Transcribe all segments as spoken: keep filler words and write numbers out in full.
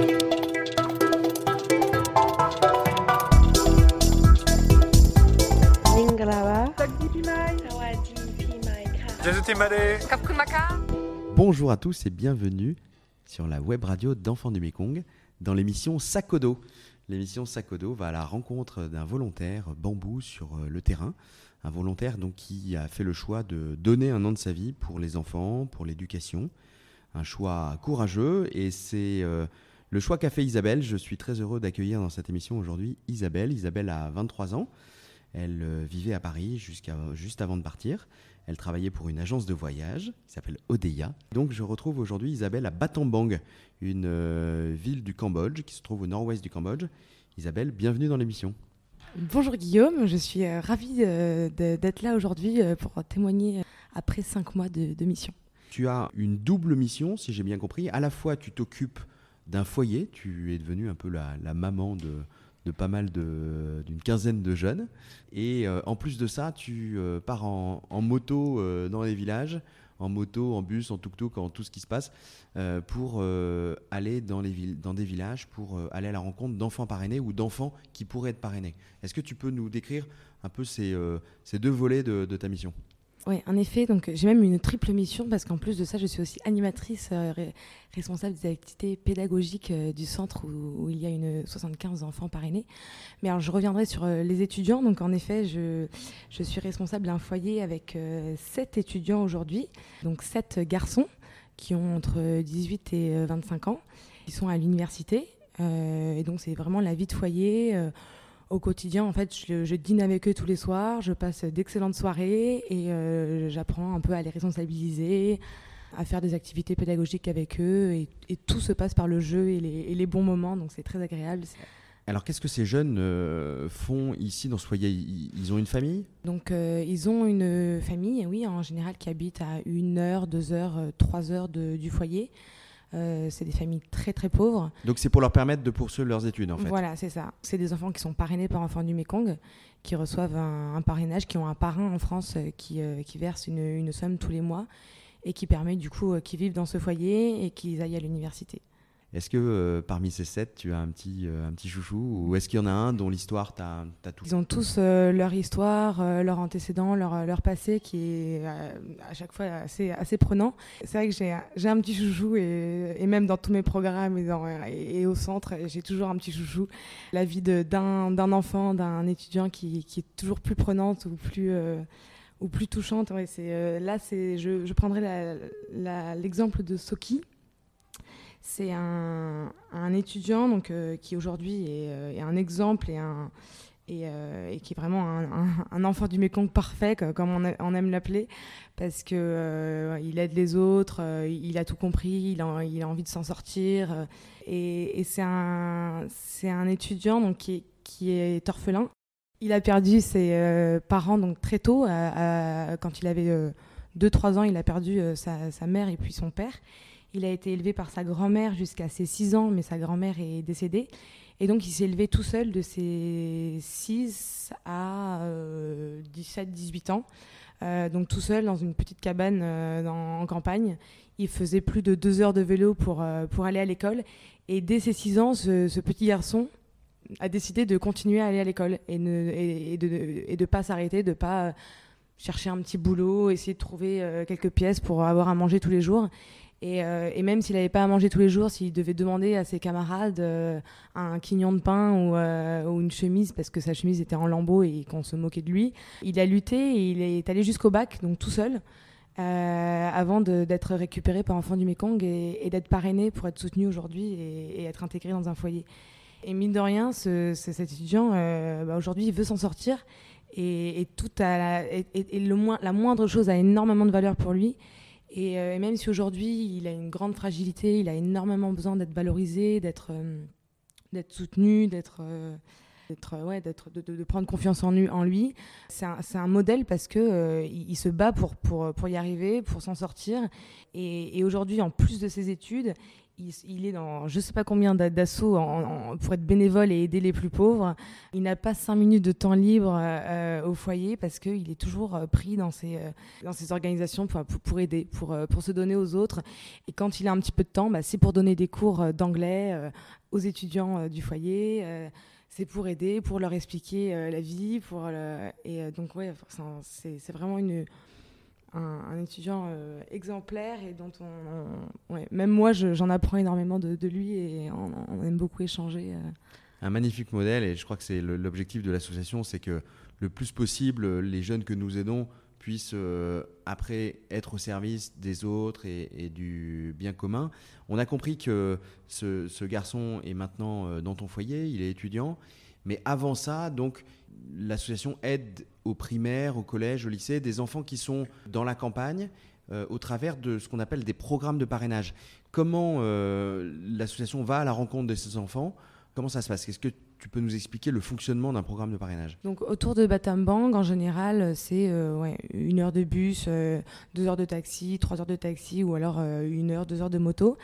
Bonjour à tous et bienvenue sur la web radio d'Enfants du Mékong dans l'émission Sac au dos. L'émission Sac au dos va à la rencontre d'un volontaire bambou sur le terrain. Un volontaire donc qui a fait le choix de donner un an de sa vie pour les enfants, pour l'éducation. Un choix courageux et c'est euh, le choix qu'a fait Isabelle. Je suis très heureux d'accueillir dans cette émission aujourd'hui Isabelle. Isabelle a vingt-trois ans. Elle euh, vivait à Paris jusqu'à, juste avant de partir. Elle travaillait pour une agence de voyage qui s'appelle Odeya. Donc je retrouve aujourd'hui Isabelle à Battambang, une euh, ville du Cambodge qui se trouve au nord-ouest du Cambodge. Isabelle, bienvenue dans l'émission. Bonjour Guillaume, je suis euh, ravie euh, de, d'être là aujourd'hui euh, pour témoigner euh, après cinq mois de, de mission. Tu as une double mission, si j'ai bien compris. À la fois, tu t'occupes d'un foyer, tu es devenue un peu la, la maman de... de pas mal de, d'une quinzaine de jeunes. Et euh, en plus de ça, tu euh, pars en, en moto euh, dans les villages, en moto, en bus, en tuk-tuk, en tout ce qui se passe, euh, pour euh, aller dans, les villes, dans des villages, pour euh, aller à la rencontre d'enfants parrainés ou d'enfants qui pourraient être parrainés. Est-ce que tu peux nous décrire un peu ces, euh, ces deux volets de, de ta mission ? Oui, en effet, donc j'ai même une triple mission parce qu'en plus de ça, je suis aussi animatrice euh, ré- responsable des activités pédagogiques euh, du centre où, où il y a une soixante-quinze enfants parrainés. Mais alors, je reviendrai sur euh, les étudiants. Donc, en effet, je, je suis responsable d'un foyer avec euh, sept étudiants aujourd'hui, donc sept garçons qui ont entre dix-huit et vingt-cinq ans, qui sont à l'université. Euh, et donc, c'est vraiment la vie de foyer. Euh, Au quotidien, en fait, je, je dîne avec eux tous les soirs, je passe d'excellentes soirées et euh, j'apprends un peu à les responsabiliser, à faire des activités pédagogiques avec eux et, et tout se passe par le jeu et les, et les bons moments, donc c'est très agréable. Alors, qu'est-ce que ces jeunes euh, font ici dans ce foyer ? Ils, ils ont une famille ? Donc, euh, ils ont une famille, oui, en général, qui habite à une heure, deux heures, euh, trois heures de, du foyer. Euh, c'est des familles très très pauvres. Donc c'est pour leur permettre de poursuivre leurs études en fait. Voilà, c'est ça. C'est des enfants qui sont parrainés par Enfants du Mékong, qui reçoivent un, un parrainage, qui ont un parrain en France euh, qui, euh, qui verse une, une somme tous les mois et qui permet du coup euh, qu'ils vivent dans ce foyer et qu'ils aillent à l'université. Est-ce que euh, parmi ces sept, tu as un petit, euh, un petit chouchou ou est-ce qu'il y en a un dont l'histoire t'a, t'a tout ? Ils ont tous euh, leur histoire, euh, leur antécédent, leur, leur passé qui est euh, à chaque fois assez, assez prenant. C'est vrai que j'ai, j'ai un petit chouchou et, et même dans tous mes programmes et, dans, et, et au centre, j'ai toujours un petit chouchou. La vie de, d'un, d'un enfant, d'un étudiant qui, qui est toujours plus prenante ou plus... Euh, ou plus touchante. Ouais, c'est, euh, là, c'est, je, je prendrai la, la, l'exemple de Soki. C'est un, un étudiant donc, euh, qui aujourd'hui est, euh, est un exemple et, un, et, euh, et qui est vraiment un, un, un enfant du Mékong parfait, comme on, a, on aime l'appeler, parce qu'il euh, aide les autres, euh, il a tout compris, il a, il a envie de s'en sortir. Euh, et et c'est, un, c'est un étudiant donc, qui, qui est orphelin. Il a perdu ses euh, parents donc, très tôt, à, à, quand il avait euh, deux trois ans, il a perdu euh, sa, sa mère et puis son père. Il a été élevé par sa grand-mère jusqu'à ses six ans, mais sa grand-mère est décédée. Et donc, il s'est élevé tout seul de ses six à euh, dix-sept dix-huit ans. Euh, donc, tout seul dans une petite cabane euh, dans, en campagne. Il faisait plus de deux heures de vélo pour, euh, pour aller à l'école. Et dès ses six ans, ce, ce petit garçon a décidé de continuer à aller à l'école et, ne, et, et de ne pas s'arrêter, de ne pas euh, chercher un petit boulot, essayer de trouver euh, quelques pièces pour avoir à manger tous les jours. Et, euh, et même s'il n'avait pas à manger tous les jours, s'il devait demander à ses camarades euh, un quignon de pain ou, euh, ou une chemise, parce que sa chemise était en lambeaux et qu'on se moquait de lui, il a lutté et il est allé jusqu'au bac, donc tout seul, euh, avant de, d'être récupéré par Enfants du Mékong et, et d'être parrainé pour être soutenu aujourd'hui et, et être intégré dans un foyer. Et mine de rien, ce, ce, cet étudiant, euh, bah aujourd'hui, il veut s'en sortir et, et, tout à la, et, et, et le moins, la moindre chose a énormément de valeur pour lui. Et, euh, et même si aujourd'hui, il a une grande fragilité, il a énormément besoin d'être valorisé, d'être, euh, d'être soutenu, d'être, euh, d'être, ouais, d'être, de, de, de prendre confiance en lui. En lui. C'est, un, c'est un modèle parce qu'il euh, il se bat pour, pour, pour y arriver, pour s'en sortir. Et, et aujourd'hui, en plus de ses études, Il, il est dans je ne sais pas combien d'assauts en, en, pour être bénévole et aider les plus pauvres. Il n'a pas cinq minutes de temps libre euh, au foyer parce qu'il est toujours euh, pris dans ces, euh, dans ces organisations pour, pour, pour aider, pour, euh, pour se donner aux autres. Et quand il a un petit peu de temps, bah, c'est pour donner des cours d'anglais euh, aux étudiants euh, du foyer. Euh, c'est pour aider, pour leur expliquer euh, la vie. Pour, le... Et euh, donc, ouais, c'est, c'est vraiment une... Un, un étudiant euh, exemplaire et dont on, on ouais, même moi je, j'en apprends énormément de, de lui et on, on aime beaucoup échanger. Euh. Un magnifique modèle et je crois que c'est le, l'objectif de l'association, c'est que le plus possible les jeunes que nous aidons puissent euh, après être au service des autres et, et du bien commun. On a compris que ce, ce garçon est maintenant euh, dans ton foyer, il est étudiant, mais avant ça, donc l'association aide au primaire, au collège, au lycée, des enfants qui sont dans la campagne euh, au travers de ce qu'on appelle des programmes de parrainage. Comment euh, l'association va à la rencontre de ces enfants ? Comment ça se passe ? Est-ce que tu peux nous expliquer le fonctionnement d'un programme de parrainage ? Donc autour de Battambang, en général, c'est euh, ouais, une heure de bus, euh, deux heures de taxi, trois heures de taxi ou alors euh, une heure, deux heures de moto.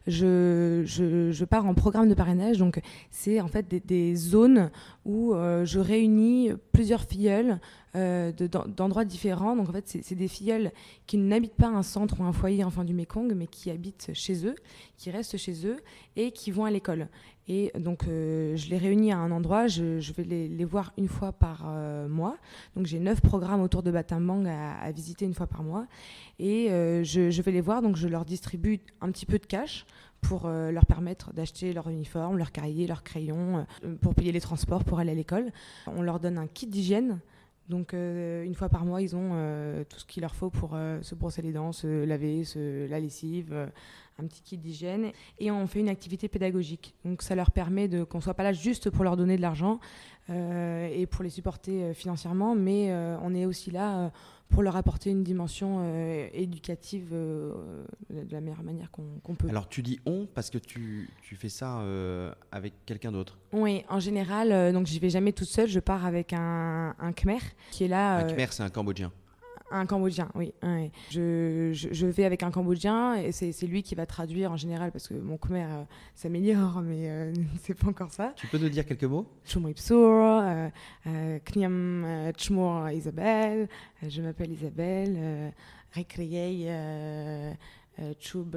Je, je, je pars en programme de parrainage, donc c'est en fait des, des zones où euh, je réunis plusieurs filleuls euh, de, d'endroits différents. Donc en fait, c'est, c'est des filleuls qui n'habitent pas un centre ou un foyer enfant du Mékong, mais qui habitent chez eux, qui restent chez eux et qui vont à l'école. Et donc, euh, je les réunis à un endroit, je, je vais les, les voir une fois par euh, mois. Donc, j'ai neuf programmes autour de Battambang à, à visiter une fois par mois. Et euh, je, je vais les voir, donc je leur distribue un petit peu de cash pour euh, leur permettre d'acheter leur uniforme, leur cahier, leurs crayons, euh, pour payer les transports, pour aller à l'école. On leur donne un kit d'hygiène. Donc, euh, une fois par mois, ils ont euh, tout ce qu'il leur faut pour euh, se brosser les dents, se laver, se, la lessive, euh, un petit kit d'hygiène. Et on fait une activité pédagogique. Donc, ça leur permet de, qu'on ne soit pas là juste pour leur donner de l'argent euh, et pour les supporter euh, financièrement, mais euh, on est aussi là euh, pour leur apporter une dimension euh, éducative euh, de la meilleure manière qu'on, qu'on peut. Alors, tu dis « on » parce que tu, tu fais ça euh, avec quelqu'un d'autre. Oui, en général, euh, donc je ne vais jamais toute seule, je pars avec un, un Khmer qui est là. Un euh, Khmer, c'est un Cambodgien. Un Cambodgien, oui. oui. Je, je, je vais avec un Cambodgien et c'est, c'est lui qui va traduire en général parce que mon Khmer euh, s'améliore, mais euh, c'est pas encore ça. Tu peux nous dire quelques mots ? Chumoi Psour, Kniam Chmour Isabelle, euh, je m'appelle Isabelle, euh, Récriei Choub.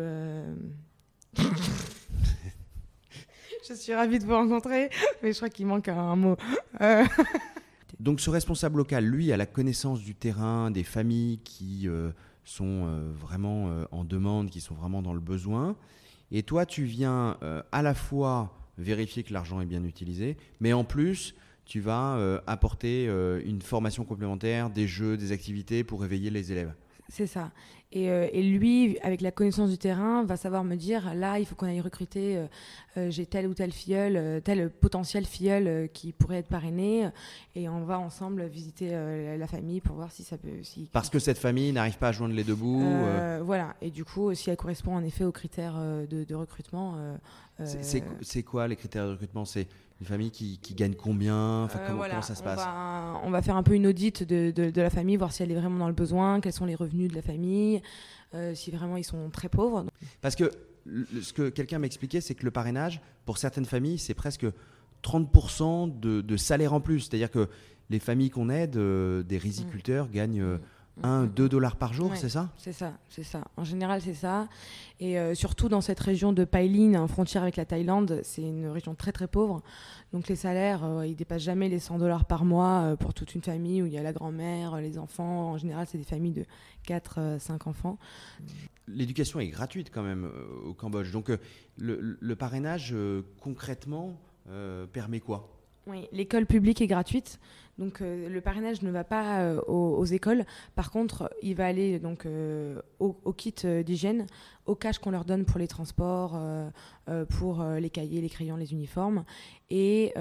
Je suis ravie de vous rencontrer, mais je crois qu'il manque un mot. Euh... Donc ce responsable local, lui, a la connaissance du terrain, des familles qui euh, sont euh, vraiment euh, en demande, qui sont vraiment dans le besoin. Et toi, tu viens euh, à la fois vérifier que l'argent est bien utilisé, mais en plus, tu vas euh, apporter euh, une formation complémentaire, des jeux, des activités pour éveiller les élèves. C'est ça. Et, euh, et lui, avec la connaissance du terrain, va savoir me dire, là, il faut qu'on aille recruter, euh, euh, j'ai tel ou tel filleul, euh, tel potentiel filleul euh, qui pourrait être parrainé, et on va ensemble visiter euh, la famille pour voir si ça peut... Si, Parce que cette famille n'arrive pas à joindre les deux bouts. Euh, euh... Voilà. Et du coup, si elle correspond en effet aux critères euh, de, de recrutement... Euh, c'est, c'est, c'est quoi les critères de recrutement ? C'est une famille qui, qui gagne combien ? Enfin, euh, comment, voilà. comment ça se on passe ? va, on va faire un peu une audite de, de, de la famille, voir si elle est vraiment dans le besoin, quels sont les revenus de la famille, euh, si vraiment ils sont très pauvres. Parce que le, ce que quelqu'un m'expliquait, c'est que le parrainage, pour certaines familles, c'est presque trente pour cent de, de salaire en plus. C'est-à-dire que les familles qu'on aide, euh, des riziculteurs, mmh. gagnent... Euh, un, deux dollars par jour, ouais, c'est ça ? C'est ça, c'est ça. En général, c'est ça. Et euh, surtout dans cette région de Pailin, en frontière avec la Thaïlande, c'est une région très très pauvre. Donc les salaires, euh, ils dépassent jamais les cent dollars par mois euh, pour toute une famille où il y a la grand-mère, les enfants. En général, c'est des familles de quatre à cinq enfants. L'éducation est gratuite quand même euh, au Cambodge. Donc euh, le, le parrainage, euh, concrètement, euh, permet quoi ? Oui, l'école publique est gratuite, donc euh, le parrainage ne va pas euh, aux, aux écoles. Par contre, il va aller donc euh, au, au kit d'hygiène, au cash qu'on leur donne pour les transports, euh, euh, pour euh, les cahiers, les crayons, les uniformes, et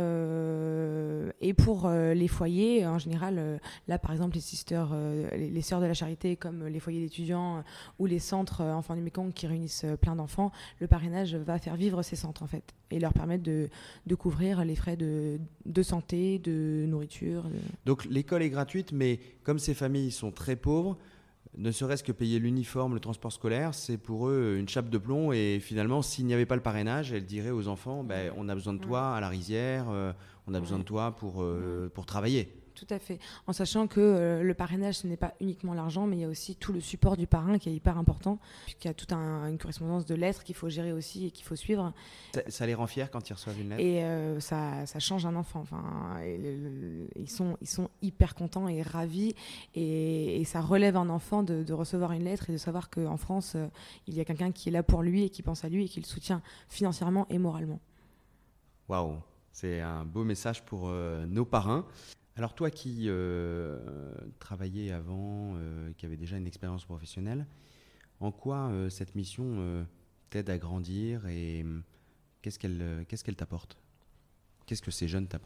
euh, et pour euh, les foyers en général. Euh, là, par exemple, les sisters, euh, les, les sœurs de la charité, comme les foyers d'étudiants euh, ou les centres euh, enfants du Mékong qui réunissent euh, plein d'enfants, le parrainage va faire vivre ces centres en fait et leur permettre de de couvrir les frais de de santé, de nourriture. De... Donc l'école est gratuite, mais comme ces familles sont très pauvres, ne serait-ce que payer l'uniforme, le transport scolaire, c'est pour eux une chape de plomb. Et finalement, s'il n'y avait pas le parrainage, elles diraient aux enfants, ben, on a besoin de toi à la rizière, euh, on a besoin de toi pour, euh, pour travailler. Tout à fait. En sachant que euh, le parrainage, ce n'est pas uniquement l'argent, mais il y a aussi tout le support du parrain qui est hyper important, puisqu'il y a toute un, une correspondance de lettres qu'il faut gérer aussi et qu'il faut suivre. Ça, ça les rend fiers quand ils reçoivent une lettre. Et euh, ça, ça change un enfant. Enfin, et le, le, ils, sont, ils sont hyper contents et ravis. Et, et ça relève un enfant de, de recevoir une lettre et de savoir qu'en France, euh, il y a quelqu'un qui est là pour lui et qui pense à lui et qui le soutient financièrement et moralement. Waouh, c'est un beau message pour euh, nos parrains. Alors toi qui euh, travaillais avant, euh, qui avait déjà une expérience professionnelle, en quoi euh, cette mission euh, t'aide à grandir et euh, qu'est-ce qu'elle, euh, qu'est-ce qu'elle t'apporte ? Qu'est-ce que ces jeunes t'apportent ?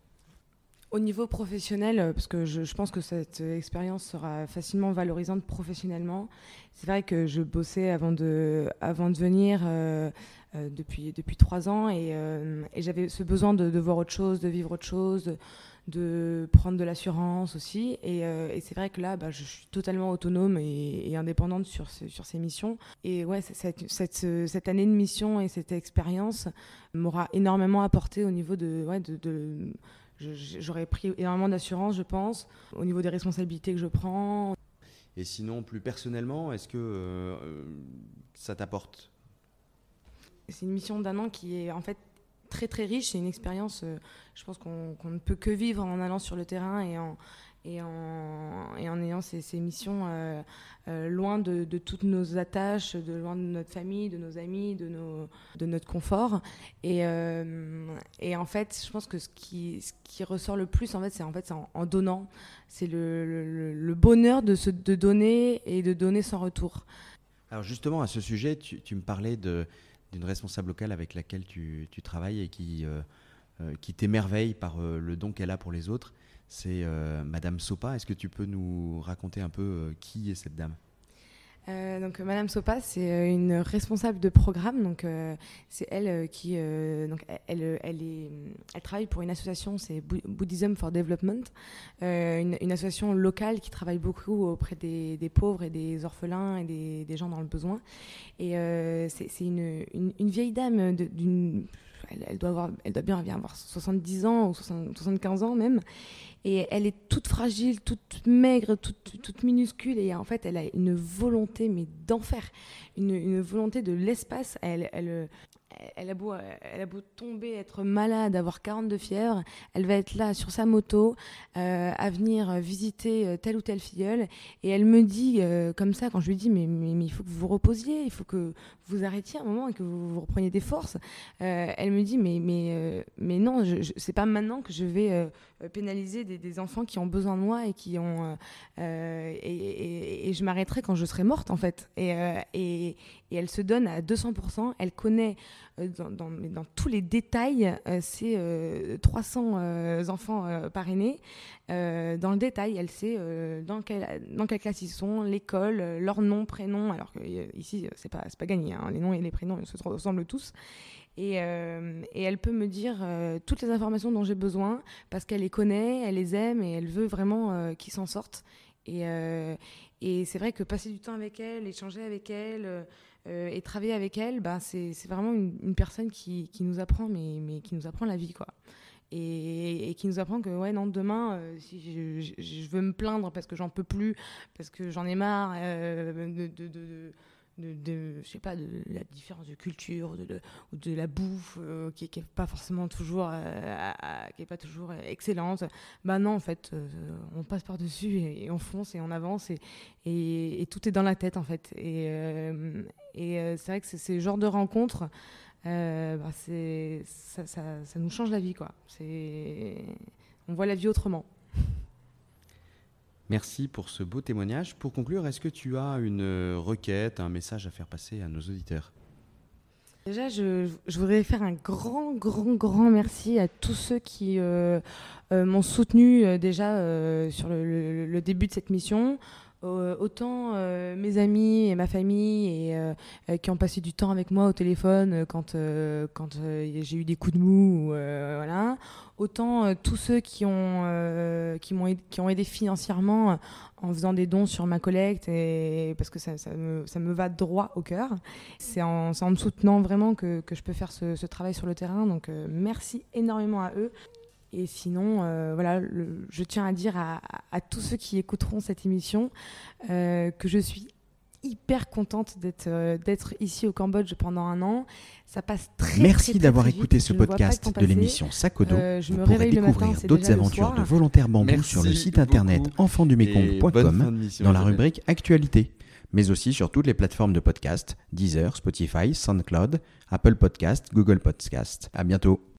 Au niveau professionnel, parce que je, je pense que cette expérience sera facilement valorisante professionnellement, c'est vrai que je bossais avant de, avant de venir euh, euh, depuis, depuis trois ans et, euh, et j'avais ce besoin de, de voir autre chose, de vivre autre chose, de, de prendre de l'assurance aussi. Et, euh, et c'est vrai que là, bah, je suis totalement autonome et, et indépendante sur, ce, sur ces missions. Et ouais, cette, cette, cette année de mission et cette expérience m'aura énormément apporté au niveau de... Ouais, de, de j'aurais pris énormément d'assurance, je pense, au niveau des responsabilités que je prends. Et sinon, plus personnellement, est-ce que euh, ça t'apporte ? C'est une mission d'un an qui est en fait très très riche. C'est une expérience, euh, je pense qu'on, qu'on ne peut que vivre en allant sur le terrain et en, et en, et en ayant ces, ces missions euh, euh, loin de, de toutes nos attaches, de loin de notre famille, de nos amis, de, nos, de notre confort. Et, euh, et en fait, je pense que ce qui, ce qui ressort le plus, en fait, c'est en, fait, c'est en, en donnant. C'est le, le, le bonheur de, se, de donner et de donner sans retour. Alors justement, à ce sujet, tu, tu me parlais de, d'une responsable locale avec laquelle tu, tu travailles et qui, euh, euh, qui t'émerveille par euh, le don qu'elle a pour les autres. C'est euh, Madame Sopa. Est-ce que tu peux nous raconter un peu euh, qui est cette dame ? Euh, donc Madame Sopa, c'est une responsable de programme. Donc euh, c'est elle euh, qui, euh, donc elle, elle est, elle travaille pour une association, c'est Buddhism for Development, euh, une, une association locale qui travaille beaucoup auprès des, des pauvres et des orphelins et des, des gens dans le besoin. Et euh, c'est, c'est une, une, une vieille dame de, d'une, elle, elle doit avoir, elle doit bien avoir soixante-dix ans ou soixante, soixante-quinze ans même. Et elle est toute fragile, toute maigre, toute, toute minuscule. Et en fait, elle a une volonté, mais d'enfer. Une, une volonté de l'espace. Elle, elle, elle, a beau, elle a beau tomber, être malade, avoir quarante-deux fièvres. Elle va être là sur sa moto, euh, à venir visiter telle ou telle filleule. Et elle me dit, euh, comme ça, quand je lui dis, mais, mais, mais il faut que vous vous reposiez, il faut que vous arrêtiez un moment et que vous, vous repreniez des forces. Euh, elle me dit, mais, mais, euh, mais non, je, je, c'est pas maintenant que je vais euh, pénaliser des, des enfants qui ont besoin de moi et qui ont... Euh, et, et, et je m'arrêterai quand je serai morte, en fait. Et, euh, et, et elle se donne à deux cents pour cent. Elle connaît euh, dans, dans, dans tous les détails euh, ces euh, trois cents euh, enfants euh, parrainés. Euh, dans le détail, elle sait euh, dans, quelle, dans quelle classe ils sont, l'école, euh, leur nom, prénom, alors qu'ici, euh, c'est pas, c'est pas gagné, hein, les noms et les prénoms ils se ressemblent tous. Et, euh, et elle peut me dire euh, toutes les informations dont j'ai besoin parce qu'elle les connaît, elle les aime et elle veut vraiment euh, qu'ils s'en sortent. Et, euh, et c'est vrai que passer du temps avec elle, échanger avec elle euh, et travailler avec elle, bah, c'est, c'est vraiment une, une personne qui, qui nous apprend, mais, mais qui nous apprend la vie, quoi. Et, et qui nous apprend que ouais, non, demain, euh, si je, je, je veux me plaindre parce que j'en peux plus, parce que j'en ai marre euh, de... de, de, de De, de, je sais pas, de la différence de culture, de, de, ou de la bouffe euh, qui n'est pas forcément toujours, euh, à, à, qui est pas toujours excellente. Bah non, en fait, euh, on passe par-dessus et, et on fonce et on avance et, et, et tout est dans la tête, en fait. Et, euh, et euh, c'est vrai que c'est ces genres de rencontres, euh, bah c'est, ça, ça, ça nous change la vie, quoi. C'est, on voit la vie autrement. Merci pour ce beau témoignage. Pour conclure, est-ce que tu as une requête, un message à faire passer à nos auditeurs ? Déjà, je, je voudrais faire un grand, grand, grand merci à tous ceux qui euh, euh, m'ont soutenu euh, déjà euh, sur le, le, le début de cette mission, Euh, autant euh, mes amis et ma famille et, euh, euh, qui ont passé du temps avec moi au téléphone euh, quand, euh, quand euh, j'ai eu des coups de mou, ou, euh, voilà. Autant euh, tous ceux qui ont, euh, qui, m'ont aidé, qui ont aidé financièrement en faisant des dons sur ma collecte, et, parce que ça, ça, me, ça me va droit au cœur. C'est en, c'est en me soutenant vraiment que, que je peux faire ce, ce travail sur le terrain, donc euh, merci énormément à eux. Et sinon, euh, voilà, le, je tiens à dire à, à, à tous ceux qui écouteront cette émission euh, que je suis hyper contente d'être, euh, d'être ici au Cambodge pendant un an. Ça passe très, Merci très, très, d'avoir très écouté vite. ce Je ne vois pas podcast le temps de passer. l'émission Sakodo. Euh, je Vous me pourrez réveille le découvrir matin, c'est d'autres déjà le aventures soir. de volontaires bambou Merci sur le site internet beaucoup. enfants du mékong point Et bonne fin com de mission, dans la Isabelle. rubrique Actualité, mais aussi sur toutes les plateformes de podcast, Deezer, Spotify, SoundCloud, Apple Podcast, Google Podcast. À bientôt.